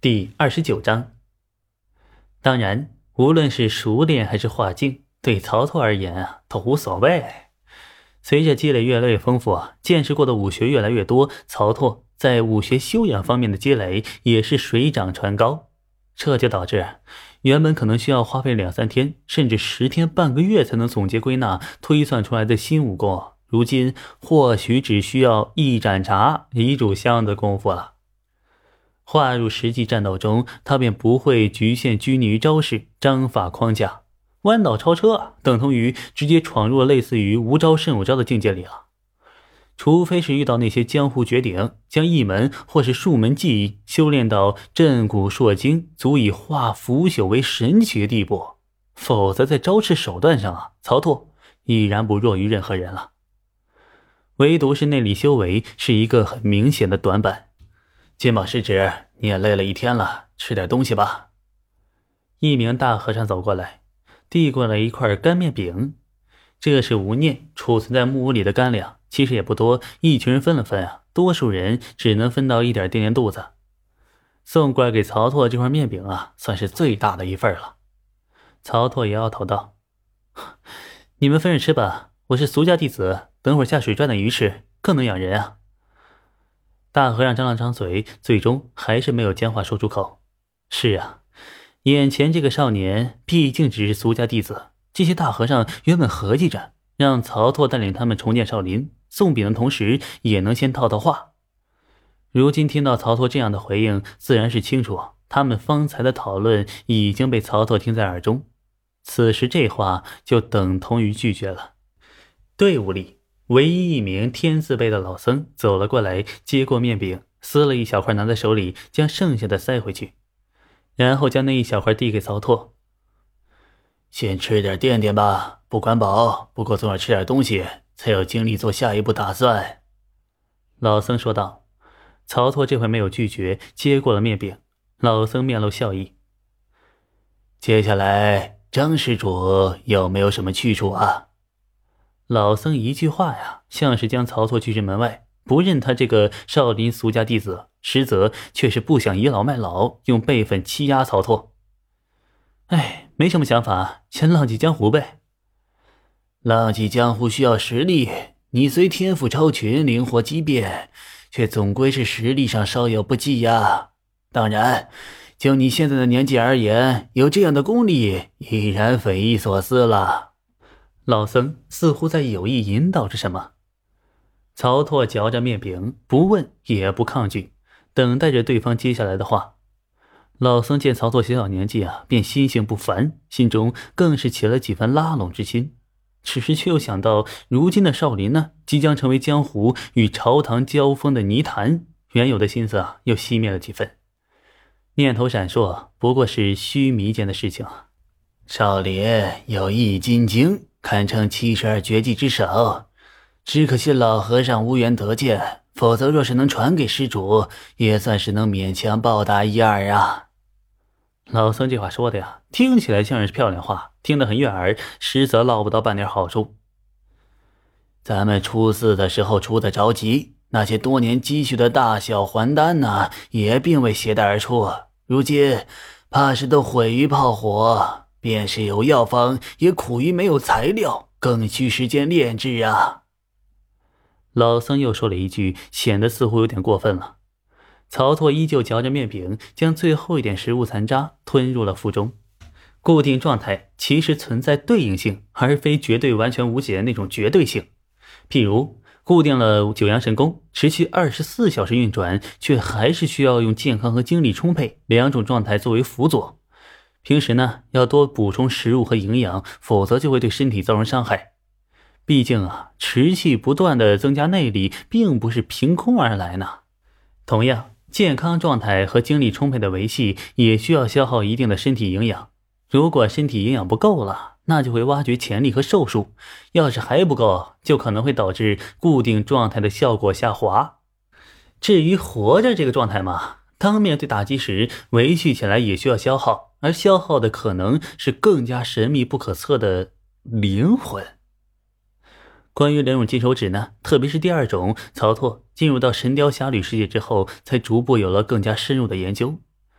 第29章。当然，无论是熟练还是化境，对曹操而言都无所谓。随着积累越来越丰富，见识过的武学越来越多，曹操在武学修养方面的积累也是水涨船高。这就导致原本可能需要花费2-3天甚至10天半个月才能总结归纳推算出来的新武功，如今或许只需要一盏茶一炷香的功夫了。划入实际战斗中，他便不会局限拘泥于招式、章法框架，弯道超车等同于直接闯入了类似于无招胜有招的境界里了。除非是遇到那些江湖绝顶，将一门或是数门技艺修炼到震古烁今，足以化腐朽为神奇的地步，否则在招式手段上曹操已然不弱于任何人了。唯独是内力修为是一个很明显的短板。肩膀失职，你也累了一天了，吃点东西吧。一名大和尚走过来，递过来一块干面饼。这是吴念储存在木屋里的干粮，其实也不多，一群人分了分多数人只能分到一点垫垫肚子。送过来给曹操这块面饼算是最大的一份了。曹操摇摇头道：“你们分着吃吧，我是俗家弟子，等会儿下水抓点鱼吃，更能养人啊。”大和尚张了张嘴，最终还是没有将话说出口。是啊，眼前这个少年毕竟只是俗家弟子，这些大和尚原本合计着让曹操带领他们重建少林，送饼的同时也能先套套话。如今听到曹操这样的回应，自然是清楚他们方才的讨论已经被曹操听在耳中，此时这话就等同于拒绝了。队伍里唯一一名天字辈的老僧走了过来，接过面饼，撕了一小块拿在手里，将剩下的塞回去，然后将那一小块递给曹操。先吃点垫垫吧，不管饱，不过总要吃点东西，才有精力做下一步打算。老僧说道。曹操这回没有拒绝，接过了面饼。老僧面露笑意。接下来张施主有没有什么去处啊？老僧一句话像是将曹操拒之门外，不认他这个少林俗家弟子，实则却是不想倚老卖老，用辈分欺压曹操。没什么想法，先浪迹江湖呗。浪迹江湖需要实力，你虽天赋超群，灵活机变，却总归是实力上稍有不济呀。当然，就你现在的年纪而言，有这样的功力，已然匪夷所思了。老僧似乎在有意引导着什么。曹操嚼着面饼，不问也不抗拒，等待着对方接下来的话。老僧见曹操小小年纪便心性不凡，心中更是起了几分拉拢之心，只是却又想到如今的少林即将成为江湖与朝堂交锋的泥潭，原有的心思又熄灭了几分。念头闪烁，不过是须弥间的事情。少林有易筋经，堪称72绝技之首，只可惜老和尚无缘得见，否则若是能传给施主，也算是能勉强报答一二啊。老僧这话说的听起来像是漂亮话，听得很悦耳，实则捞不到半点好处。咱们初四的时候出的着急，那些多年积蓄的大小还丹也并未携带而出，如今怕是都毁于炮火，便是有药方，也苦于没有材料，更需时间炼制啊。老僧又说了一句，显得似乎有点过分了。曹操依旧嚼着面饼，将最后一点食物残渣吞入了腹中。固定状态其实存在对应性，而非绝对完全无解的那种绝对性。譬如固定了九阳神功，持续24小时运转，却还是需要用健康和精力充沛两种状态作为辅佐。平时要多补充食物和营养，否则就会对身体造成伤害。毕竟持续不断的增加内力并不是凭空而来呢。同样，健康状态和精力充沛的维系也需要消耗一定的身体营养。如果身体营养不够了，那就会挖掘潜力和寿数，要是还不够，就可能会导致固定状态的效果下滑。至于活着这个状态当面对打击时，维系起来也需要消耗，而消耗的可能是更加神秘不可测的灵魂。关于两种金手指特别是第二种，曹操进入到神雕侠侣世界之后，才逐步有了更加深入的研究。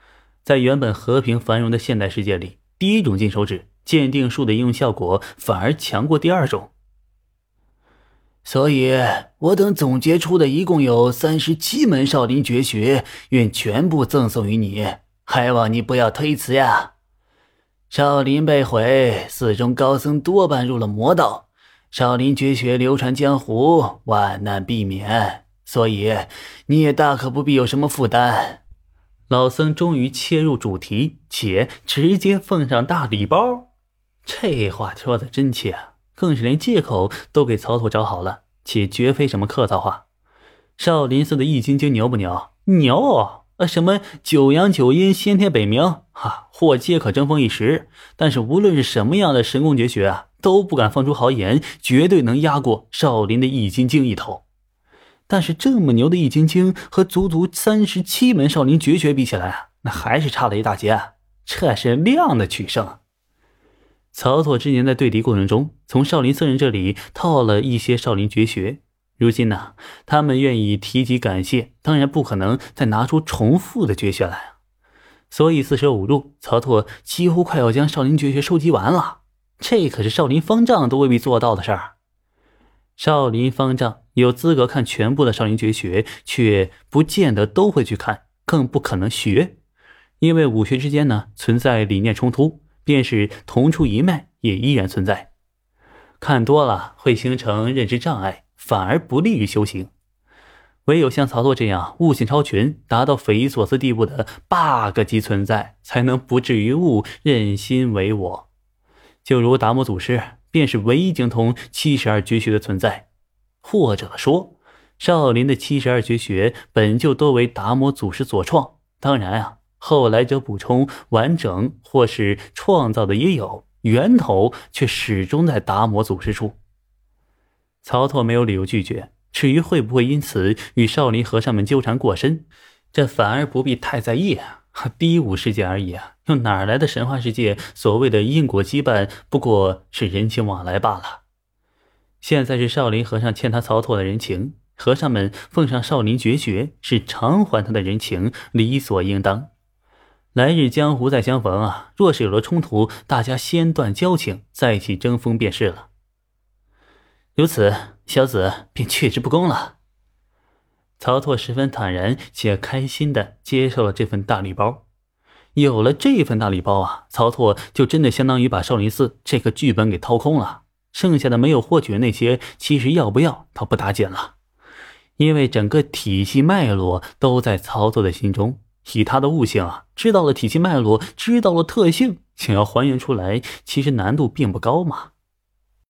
在原本和平繁荣的现代世界里，第一种金手指鉴定术的应用效果反而强过第二种。 所以我等总结出的一共有37门少林绝学，愿全部赠送于你，还望你不要推辞呀。少林被毁，寺中高僧多半入了魔道，少林绝学流传江湖，万难避免，所以你也大可不必有什么负担。 老僧终于切入主题，且直接奉上大礼包。这话说的真切啊，更是连借口都给曹操找好了，且绝非什么客套话。少林寺的易筋经牛不牛？牛！什么九阳九阴先天北冥或皆可争锋一时，但是无论是什么样的神功绝学啊，都不敢放出豪言，绝对能压过少林的易筋经一头。但是这么牛的易筋经和足足37门少林绝学比起来啊，那还是差了一大截，这是量的取胜。曹操之前在对敌过程中，从少林僧人这里套了一些少林绝学，如今呢，他们愿意提及感谢，当然不可能再拿出重复的绝学来啊。所以四舍五入，曹操几乎快要将少林绝学收集完了，这可是少林方丈都未必做到的事儿。少林方丈有资格看全部的少林绝学，却不见得都会去看，更不可能学，因为武学之间呢存在理念冲突，便是同出一脉也依然存在。看多了会形成认知障碍，反而不利于修行。唯有像曹操这样悟性超群，达到匪夷所思地步的 bug 级存在，才能不至于误，任心为我。就如达摩祖师便是唯一精通72绝学的存在，或者说少林的72绝学本就多为达摩祖师所创，当然啊，后来者补充完整或是创造的也有，源头却始终在达摩祖师处。曹操没有理由拒绝，至于会不会因此与少林和尚们纠缠过深，这反而不必太在意啊。第5世界而已啊，又哪来的神话世界？所谓的因果羁绊，不过是人情往来罢了。现在是少林和尚欠他曹操的人情，和尚们奉上少林绝学，是偿还他的人情，理所应当。来日江湖再相逢啊，若是有了冲突，大家先断交情，再起争锋便是了。如此，小子便却之不恭了。曹操十分坦然且开心地接受了这份大礼包。有了这份大礼包啊，曹操就真的相当于把少林寺这个剧本给掏空了，剩下的没有获取的那些，其实要不要他不打紧了，因为整个体系脉络都在曹操的心中。以他的悟性啊，知道了体系脉络，知道了特性，想要还原出来，其实难度并不高嘛。